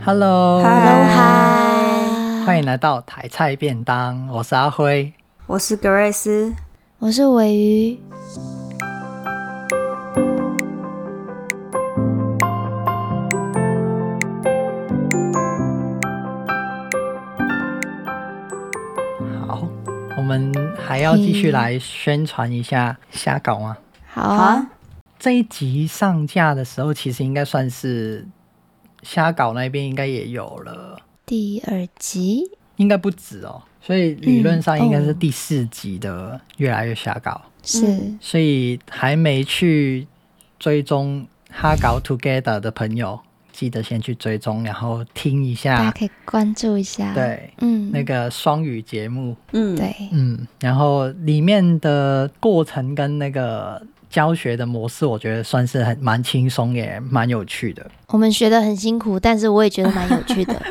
Hello， Hello， 嗨， 欢迎来到台菜便当，我是阿辉， 我是格瑞斯， 我是尾鱼。 好，我们还要继续来宣传一下瞎搞吗？ 好啊， 这一集上架的时候，其实应该算是瞎搞那边应该也有了第2集， 应该不止哦，所以理论上应该是第4集的越来越瞎搞， 是， 所以还没去追踪哈搞 Together 的朋友，记得先去追踪，然后听一下， 大家可以关注一下。 对，那个双语节目， 对， 然后里面的过程跟那个教学的模式，我觉得算是蛮轻松也蛮有趣的。 我们学得很辛苦，但是我也觉得蛮有趣的。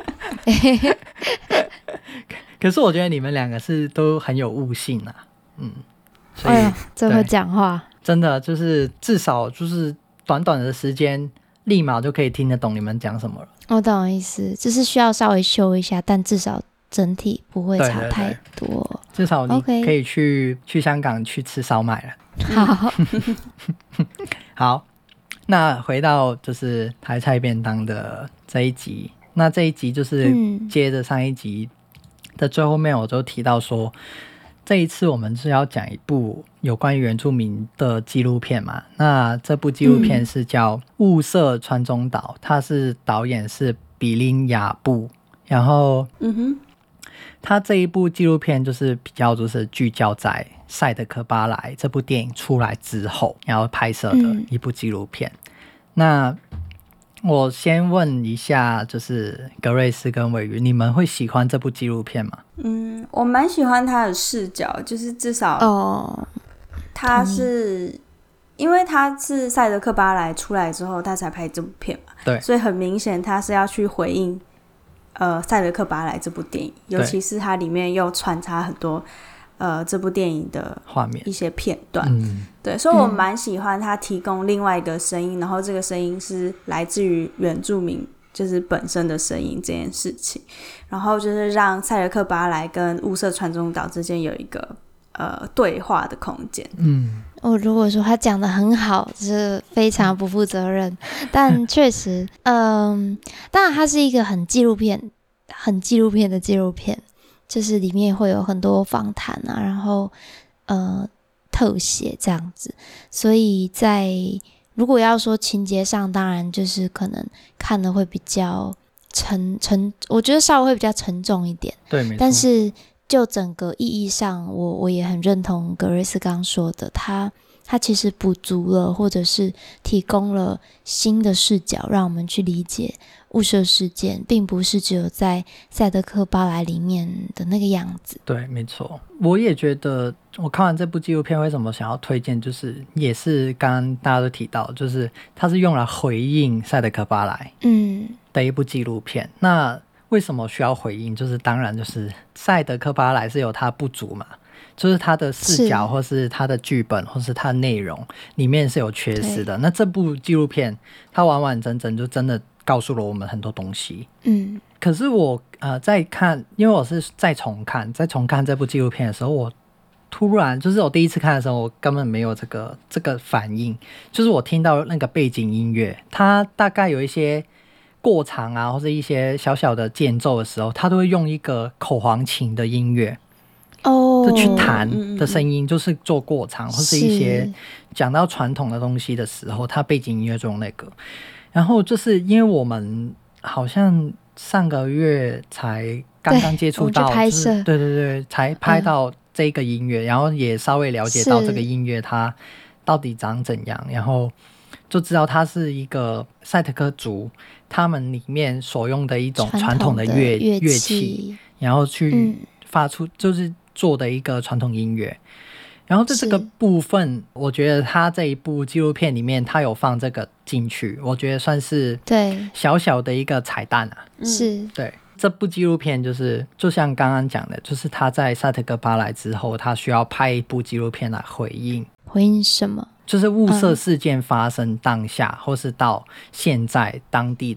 可是我觉得你们两个是都很有悟性啊，所以哎呀，真会讲话， 真的就是至少就是短短的时间，立马就可以听得懂你们讲什么了。 我懂意思，就是需要稍微修一下，但至少整体不会差太多。 至少你 OK 可以去香港去吃烧麦了。 好， 好，那回到就是台菜便当的这一集，那这一集就是接着上一集的最后面，我就提到说，这一次我们是要讲一部有关于原住民的纪录片嘛。那这部纪录片是叫《雾社川中岛》，它是导演是比林雅布，然后他这一部纪录片就是比较就是聚焦在赛德克巴莱这部电影出来之后然后拍摄的一部纪录片。那我先问一下，就是格瑞斯跟尾鱼，你们会喜欢这部纪录片吗？ 我蛮喜欢他的视角，就是至少他是因为他是赛德克巴莱出来之后他才拍这部片嘛， 对， 所以很明显他是要去回应赛德克巴莱这部电影，尤其是它里面又穿插很多这部电影的画面一些片段，对，所以我蛮喜欢他提供另外一个声音，然后这个声音是来自于原住民就是本身的声音这件事情，然后就是让赛德克巴莱跟雾社川中岛之间有一个对话的空间。 如果说他讲得很好，就是非常不负责任，但确实，当然它是一个很纪录片的纪录片，就是里面会有很多访谈啊，然后特写这样子，所以如果要说情节上，当然就是可能看的会比较我觉得稍微会比较沉重一点， 对，没错。 但是就整个意义上，我也很认同格瑞斯刚刚说的，他其实补足了，或者是提供了新的视角，让我们去理解雾社事件，并不是只有在赛德克巴莱里面的那个样子。 对，没错。我也觉得，我看完这部纪录片，为什么想要推荐，就是也是刚刚大家都提到，就是它是用来回应赛德克巴莱的一部纪录片。那为什么需要回应？就是当然就是赛德克巴莱是有它不足嘛，就是它的视角或是它的剧本或是它的内容里面是有缺失的。那这部纪录片它完完整整就真的告诉了我们很多东西。可是我在看，因为我是在重看这部纪录片的时候，我突然就是我第一次看的时候，我根本没有这个反应，就是我听到那个背景音乐，它大概有一些过场啊，或是一些小小的间奏的时候，他都会用一个口簧琴的音乐就去弹的声音，就是做过场，或是一些讲到传统的东西的时候，他背景音乐就用那个。然后就是因为我们好像上个月才刚刚接触到， 拍摄， 对，才拍到这个音乐，然后也稍微了解到这个音乐它到底长怎样，然后就知道它是一个赛德克族他们里面所用的一种传统的乐器，然后去发出就是做的一个传统音乐。然后在这个部分，我觉得他这一部纪录片里面他有放这个进去，我觉得算是小小的一个彩蛋啊。 是， 对，这部纪录片就像刚刚讲的，就是他在赛德克巴莱之后，他需要拍一部纪录片来回应什么？ 就是雾社事件发生当下，或是到现在当地的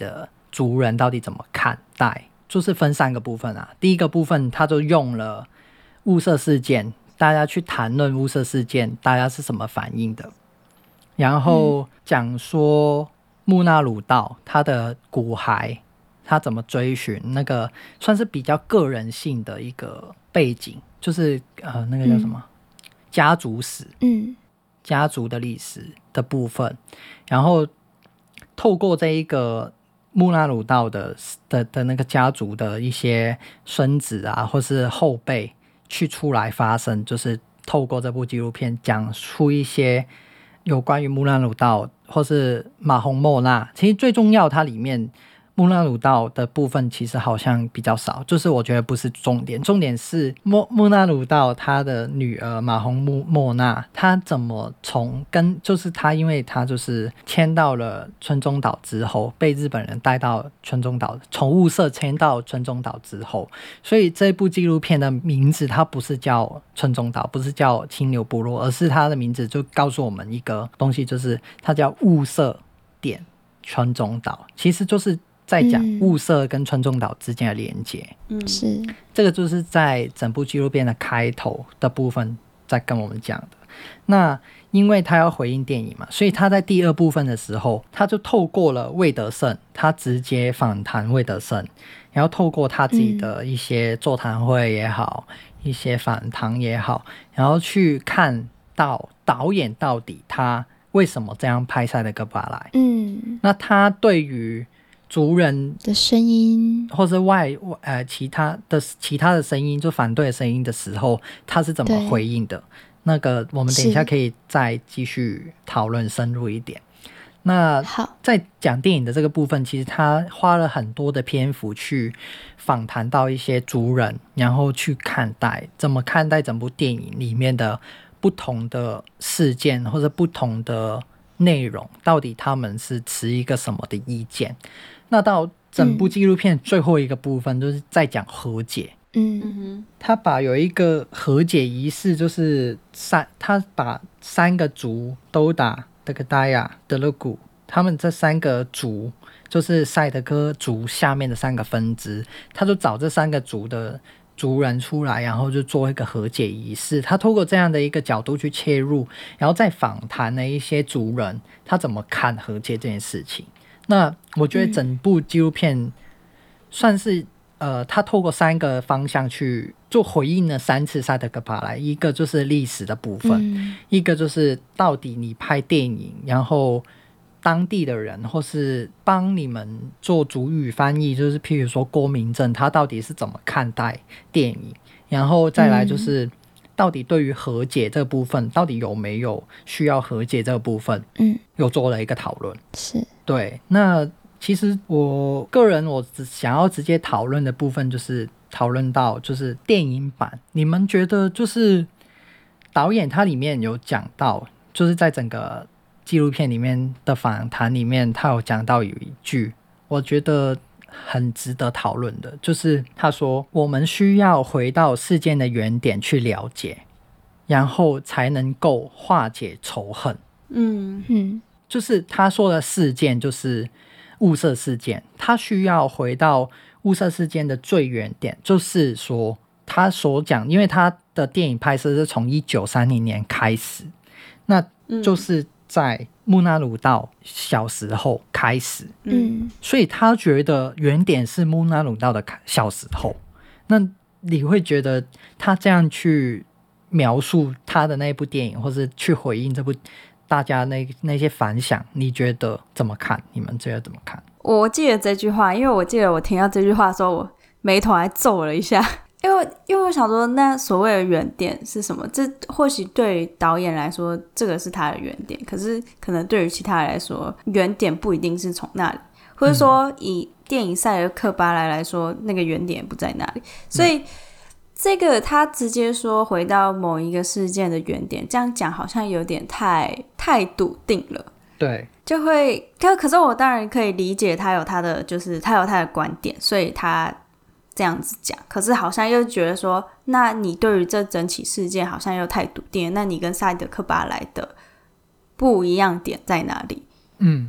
族人到底怎么看待，就是分3个部分啊。第一个部分他就用了雾社事件，大家去谈论雾社事件大家是什么反应的，然后讲说穆纳鲁道他的骨骸他怎么追寻，那个算是比较个人性的一个背景，就是那个叫什么、家族史，家族的历史的部分，然后透过这一个穆纳鲁道的那个家族的一些孙子啊或是后辈去出来发声，就是透过这部纪录片讲出一些有关于穆纳鲁道或是马洪莫纳。其实最重要它里面穆纳鲁道的部分其实好像比较少，就是我觉得不是重点，重点是穆纳鲁道他的女儿马洪莫纳，他怎么就是他因为他就是迁到了春中岛之后，被日本人带到春中岛，从雾社迁到春中岛之后，所以这部纪录片的名字它不是叫春中岛，不是叫青牛部落，而是它的名字就告诉我们一个东西，就是它叫雾社点春中岛，其实就是在讲雾社跟春中岛之间的连接。 是这个就是在整部纪录片的开头的部分在跟我们讲的。那因为他要回应电影嘛，所以他在第2部分的时候，他就透过了魏德胜，他直接访谈魏德胜，然后透过他自己的一些座谈会也好、一些访谈也好，然后去看到导演到底他为什么这样拍塞德克巴莱。那他对于族人的声音或是其他的声音，就反对的声音的时候，他是怎么回应的？那个我们等一下可以再继续讨论深入一点。那在讲电影的这个部分，其实他花了很多的篇幅去访谈到一些族人，然后去怎么看待整部电影里面的不同的事件或者不同的内容，到底他们是持一个什么的意见。那到整部纪录片最后一个部分，就是在讲和解。他有一个和解仪式，就是他把3个族都打德克达亚、德勒古，他们这3个族就是赛德克族下面的3个分支，他就找这3个族的族人出来，然后就做一个和解仪式。他透过这样的一个角度去切入，然后再访谈了一些族人，他怎么看和解这件事情。那我觉得整部纪录片算是他透过3个方向去做回应了3次赛德克巴莱，一个就是历史的部分，一个就是到底你拍电影，然后当地的人或是帮你们做族语翻译，就是譬如说郭明正他到底是怎么看待电影，然后再来就是到底对于和解这部分，到底有没有需要和解这个部分，有做了一个讨论。 是对。那其实我个人想要直接讨论的部分，就是讨论到就是电影版，你们觉得就是导演他里面有讲到，就是在整个纪录片里面的访谈里面，他有讲到有一句我觉得很值得讨论的，就是他说我们需要回到事件的原点去了解，然后才能够化解仇恨。就是他说的事件就是雾社事件，他需要回到雾社事件的最原点，就是说他所讲，因为他的电影拍摄是从1930年开始，那就是在穆纳鲁道小时候开始，所以他觉得原点是穆纳鲁道的小时候。那你会觉得他这样去描述他的那部电影，或是去回应这部大家那些反响，你觉得怎么看？你们觉得怎么看？ 我记得这句话，因为我记得我听到这句话的时候，我眉头还皱了一下，因为我想说，那所谓的原点是什么？这或许对于导演来说，这个是他的原点，可是可能对于其他人来说，原点不一定是从那里，或者说以电影《塞尔克巴莱》来说，那个原点不在那里，所以这个他直接说回到某一个事件的原点，这样讲好像有点太笃定了。 对， 就会可是我当然可以理解他有他的观点，所以他这样子讲，可是好像又觉得说，那你对于这整起事件好像又太笃定了，那你跟赛德克巴莱的不一样点在哪里？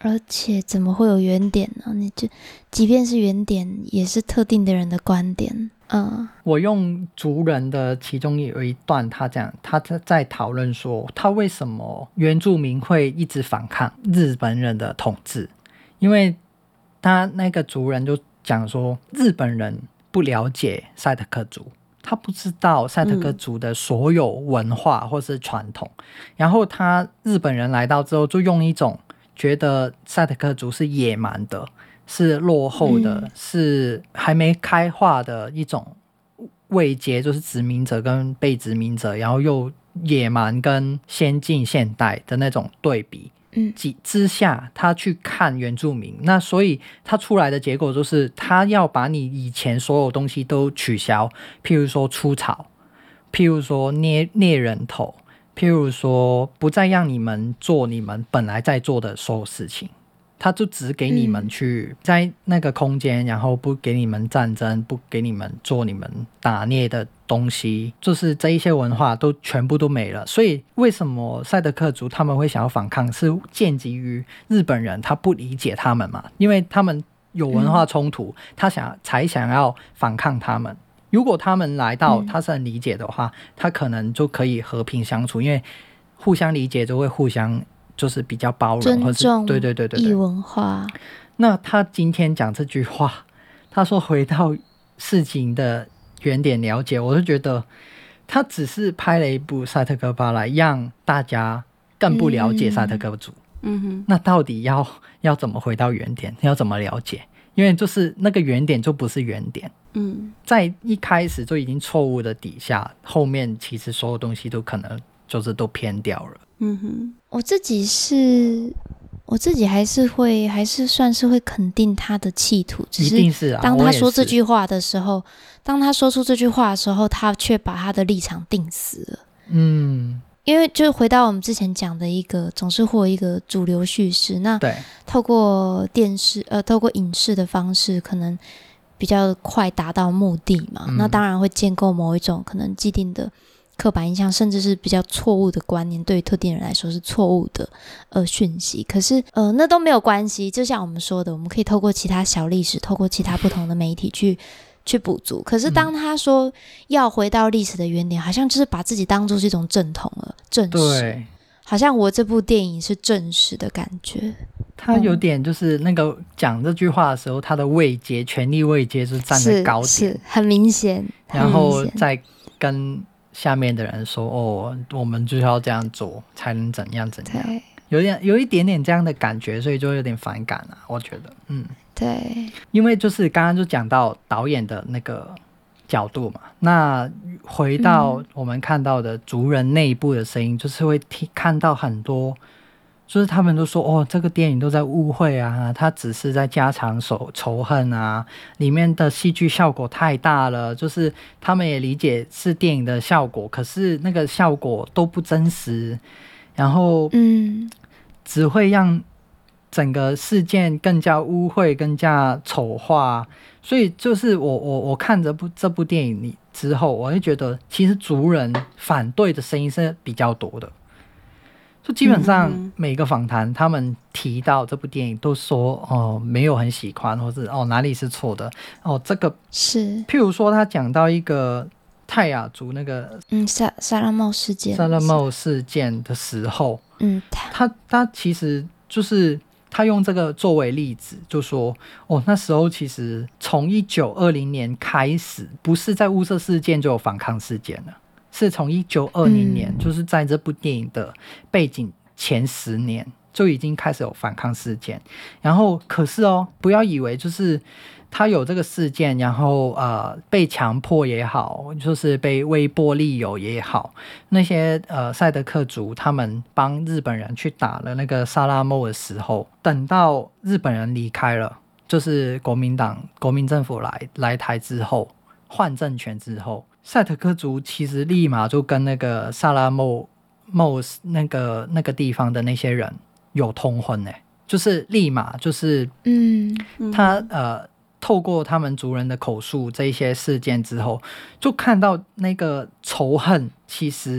而且怎么会有原点呢？你就即便是原点，也是特定的人的观点。 我用族人的其中有一段，他在讨论说，他为什么原住民会一直反抗日本人的统治，因为他那个族人就讲说，日本人不了解赛德克族，他不知道赛德克族的所有文化或是传统，然后日本人来到之后，就用一种觉得赛德克族是野蛮的，是落后的，是还没开化的一种位阶，就是殖民者跟被殖民者，然后又野蛮跟先进现代的那种对比之下，他去看原住民，那所以他出来的结果就是他要把你以前所有东西都取消，譬如说出草，譬如说捏人头，譬如说不再让你们做你们本来在做的所有事情，他就只给你们去在那个空间，然后不给你们战争，不给你们做你们打猎的东西，就是这一些文化都全部都没了。所以为什么赛德克族他们会想要反抗，是建基于日本人他不理解他们嘛，因为他们有文化冲突，他才想要反抗他们。如果他们来到他是很理解的话，他可能就可以和平相处，因为互相理解就会互相就是比较包容， 尊重对异文化。 那他今天讲这句话，他说回到事情的原点了解，我就觉得他只是拍了一部赛特克巴莱，让大家更不了解赛特克族。那到底要怎么回到原点，要怎么了解？因为就是那个原点就不是原点。在一开始就已经错误的底下，后面其实所有东西都可能就是都偏掉了。 我自己还是算是会肯定他的企图，只是当他说这句话的时候，当他说出这句话的时候，他却把他的立场定死了。因为就回到我们之前讲的一个，总是会有一个主流叙事，那透过电视透过影视的方式，可能比较快达到目的嘛。那当然会建构某一种可能既定的刻板印象，甚至是比较错误的观念，对于特定人来说是错误的讯息。可是那都没有关系，就像我们说的，我们可以透过其他小历史，透过其他不同的媒体去补足。可是当他说要回到历史的原点，好像就是把自己当作是一种正统了，正史。对，好像我这部电影是正史的感觉。 他有点就是那个讲这句话的时候，他的位阶，权力位阶是站在高点， 是很明显， 然后再跟下面的人说我们就是要这样做才能怎样怎样，有一点点这样的感觉，所以就有点反感啊，我觉得。 对， 因为就是刚刚就讲到导演的那个角度嘛，那回到我们看到的族人内部的声音，就是会看到很多，就是他们都说这个电影都在误会啊，他只是在加强仇恨啊，里面的戏剧效果太大了，就是他们也理解是电影的效果，可是那个效果都不真实，然后只会让整个事件更加污秽，更加丑化。所以就是我看这部电影之后，我会觉得其实族人反对的声音是比较多的。就基本上每个访谈他们提到这部电影都说没有很喜欢，或是哪里是错的这个是譬如说他讲到一个泰雅族那个萨拉茂事件的时候，他其实就是他用这个作为例子，就说那时候其实从1920年开始，不是在雾社事件就有反抗事件了，是从1920年，就是在这部电影的背景前10年就已经开始有反抗事件。然后可是不要以为就是他有这个事件，然后被强迫也好，就是被威迫利诱也好，那些赛德克族他们帮日本人去打了那个萨拉莫的时候，等到日本人离开了，就是国民政府来台之后，换政权之后，赛德克族其实立马就跟那个萨拉莫那个地方的那些人有通婚就是立马就是他透过他们族人的口述这些事件之后，就看到那个仇恨其实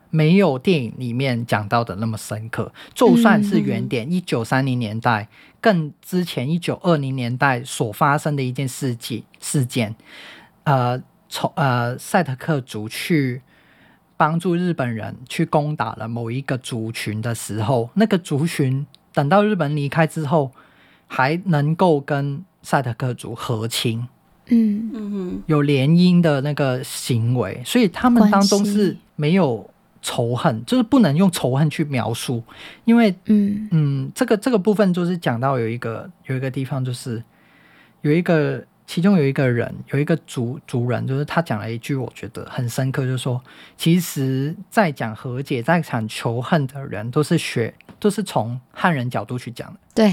没有电影里面讲到的那么深刻。就算是原点1930年代更之前1920年代所发生的一件事件，赛德克族去帮助日本人去攻打了某一个族群的时候，那个族群等到日本离开之后还能够跟赛德克族和亲，有联姻的那个行为，所以他们当中是没有仇恨，就是不能用仇恨去描述。因为这个部分就是讲到有一个地方，就是其中有一个人，有一个族人，就是他讲了一句我觉得很深刻，就是说其实在讲和解在讲仇恨的人都是从汉人角度去讲的。 对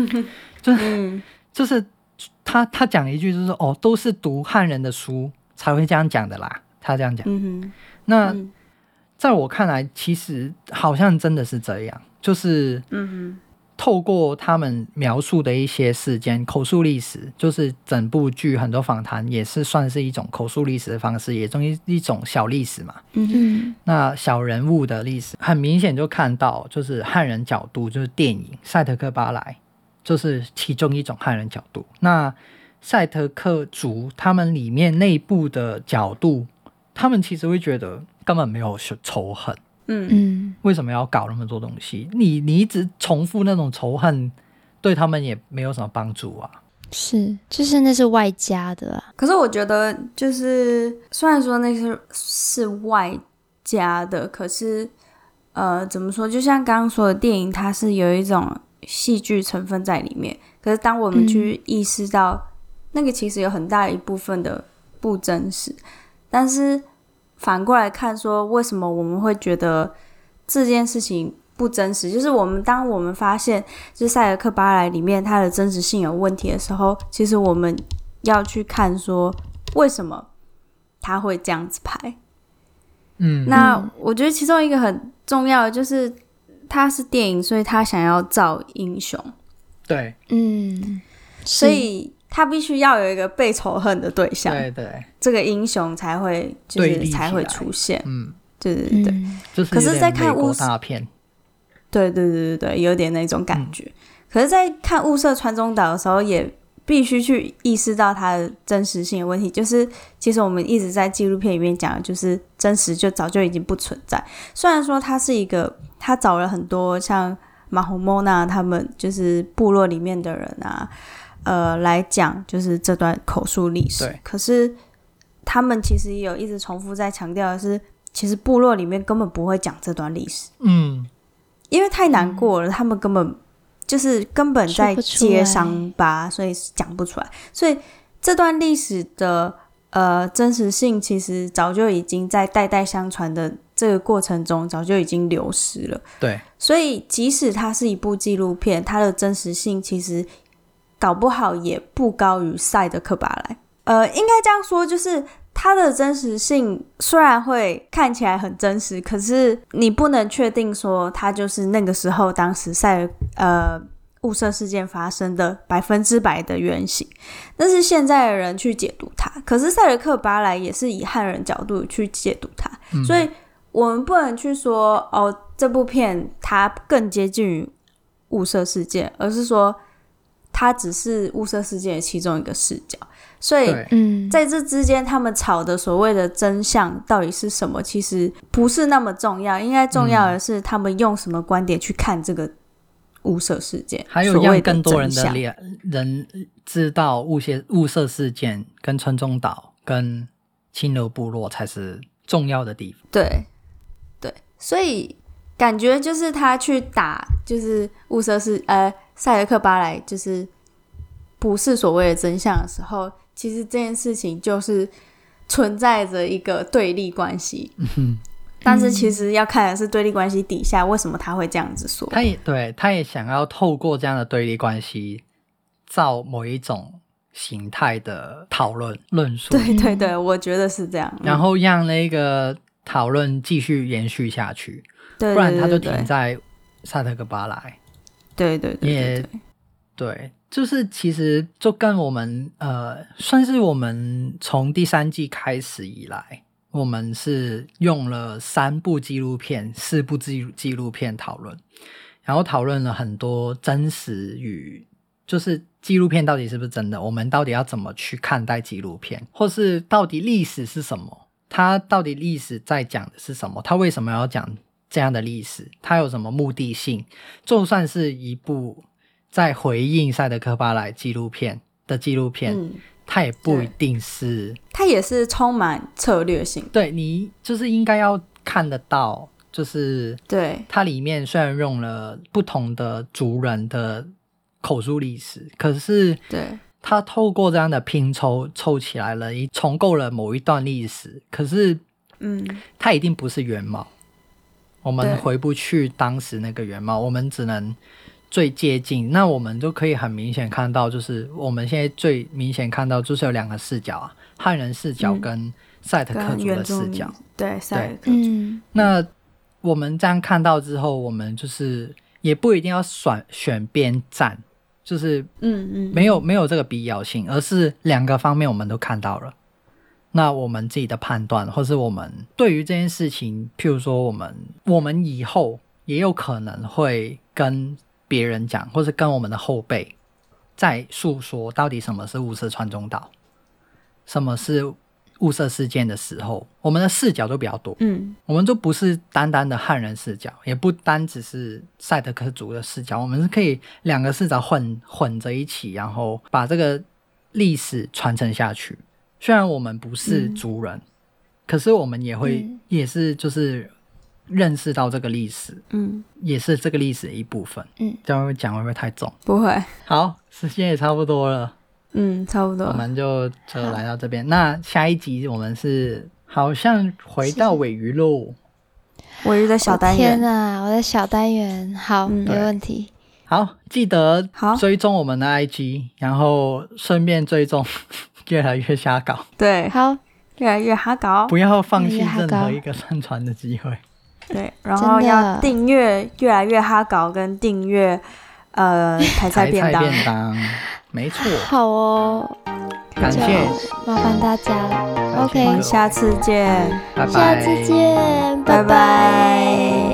就是他讲了一句，就是都是读汉人的书才会这样讲的啦，他这样讲。那在我看来其实好像真的是这样，就是透过他们描述的一些事件，口述历史，就是整部剧很多访谈也是算是一种口述历史的方式，也是一种小历史嘛。那小人物的历史很明显就看到，就是汉人角度，就是电影赛德克巴莱就是其中一种汉人角度。那赛德克族他们里面内部的角度，他们其实会觉得根本没有仇恨，为什么要搞那么多东西？你一直重复那种仇恨，对他们也没有什么帮助啊。 就是那是外加的啊。 可是我觉得就是虽然说那是外加的，可是怎么说？就像刚刚说的，电影它是有一种戏剧成分在里面。可是当我们去意识到那个其实有很大一部分的不真实，但是反过来看说为什么我们会觉得这件事情不真实，就是当我们发现就是赛德克巴莱里面它的真实性有问题的时候，其实我们要去看说为什么他会这样子拍。那我觉得其中一个很重要的就是它是电影，所以他想要造英雄。 对， 所以他必须要有一个被仇恨的对象， 对， 这个英雄才会出现。对， 就是可是在看美国大片， 对，有点那种感觉。可是在看雾社川中岛的时候，也必须去意识到它的真实性的问题，就是其实我们一直在纪录片里面讲的，就是真实就早就已经不存在。虽然说他找了很多像马洪莫纳他们就是部落里面的人啊，来讲就是这段口述历史，可是他们其实也有一直重复在强调的是，其实部落里面根本不会讲这段历史，因为太难过了，他们根本在接伤疤，所以讲不出来。所以这段历史的真实性其实早就已经在代代相传的这个过程中早就已经流失了。 对， 所以即使它是一部纪录片，它的真实性其实搞不好也不高于赛德克巴莱。应该这样说，就是它的真实性虽然会看起来很真实，可是你不能确定说它就是那个时候当时雾社事件发生的100%的原型，那是现在的人去解读它。可是赛德克巴莱也是以汉人角度去解读它，所以我们不能去说这部片它更接近于雾社事件，而是说它只是雾社事件的其中一个视角。所以在这之间他们吵的所谓的真相到底是什么，其实不是那么重要，应该重要的是他们用什么观点去看这个雾社事件， 还有让更多人知道雾社事件跟村中岛跟清流部落才是重要的地方。 对，所以感觉就是他去打就是雾社赛德克巴莱就是不是所谓的真相的时候，其实这件事情就是存在着一个对立关系。但是其实要看的是对立关系底下为什么他会这样子说。 他也想要透过这样的对立关系造某一种形态的讨论论述。 对，我觉得是这样。 然后让那个讨论继续延续下去，不然他就停在赛德克巴莱。 对， 就是其实就跟我们算是我们从第3季开始以来， 我们是用了3部纪录片4部纪录片讨论，然后讨论了很多真实与就是纪录片到底是不是真的，我们到底要怎么去看待纪录片，或是到底历史是什么，它到底历史在讲的是什么，它为什么要讲这样的历史，它有什么目的性。就算是一部在回应赛德克巴莱纪录片的纪录片，它也不一定是， 它也是充满策略性。 对，你就是应该要看得到，就是对它里面虽然用了不同的族人的口述历史，可是对它透过这样的拼凑起来了，重构了某一段历史，可是它一定不是原貌，我们回不去当时那个原貌，我们只能最接近。那我们就可以很明显看到，就是我们现在最明显看到就是有2个视角啊，汉人视角跟赛德克族的视角。 对，赛德克族。 那我们这样看到之后，我们就是也不一定要选边站，就是没有这个必要性，而是2个方面我们都看到了。那我们自己的判断，或是我们对于这件事情，譬如说我们以后也有可能会跟别人讲，或是跟我们的后辈再诉说到底什么是雾社川中岛，什么是雾社事件的时候，我们的视角都比较多。我们就不是单单的汉人视角，也不单只是赛德克族的视角，我们是可以2个视角混着一起，然后把这个历史传承下去。虽然我们不是族人，可是我们也是就是认识到这个历史，也是这个历史的一部分。这样讲会不会太重？ 不会。好， 时间也差不多了。 差不多。 我们就来到这边。那下一集我们是好像回到尾鱼咯。 尾鱼的小单元。 天啊，我的小单元。好，没问题。 好，记得追踪我们的 IG， 然后顺便追踪越来越瞎搞。 对， 好， 越来越哈搞， 不要放弃任何一个上传的机会。 对，然后要订阅越来越哈搞，跟订阅台菜便当。 没错。 好哦， 感谢， 麻烦大家了。OK， 下次见， 拜拜。 下次见，拜拜。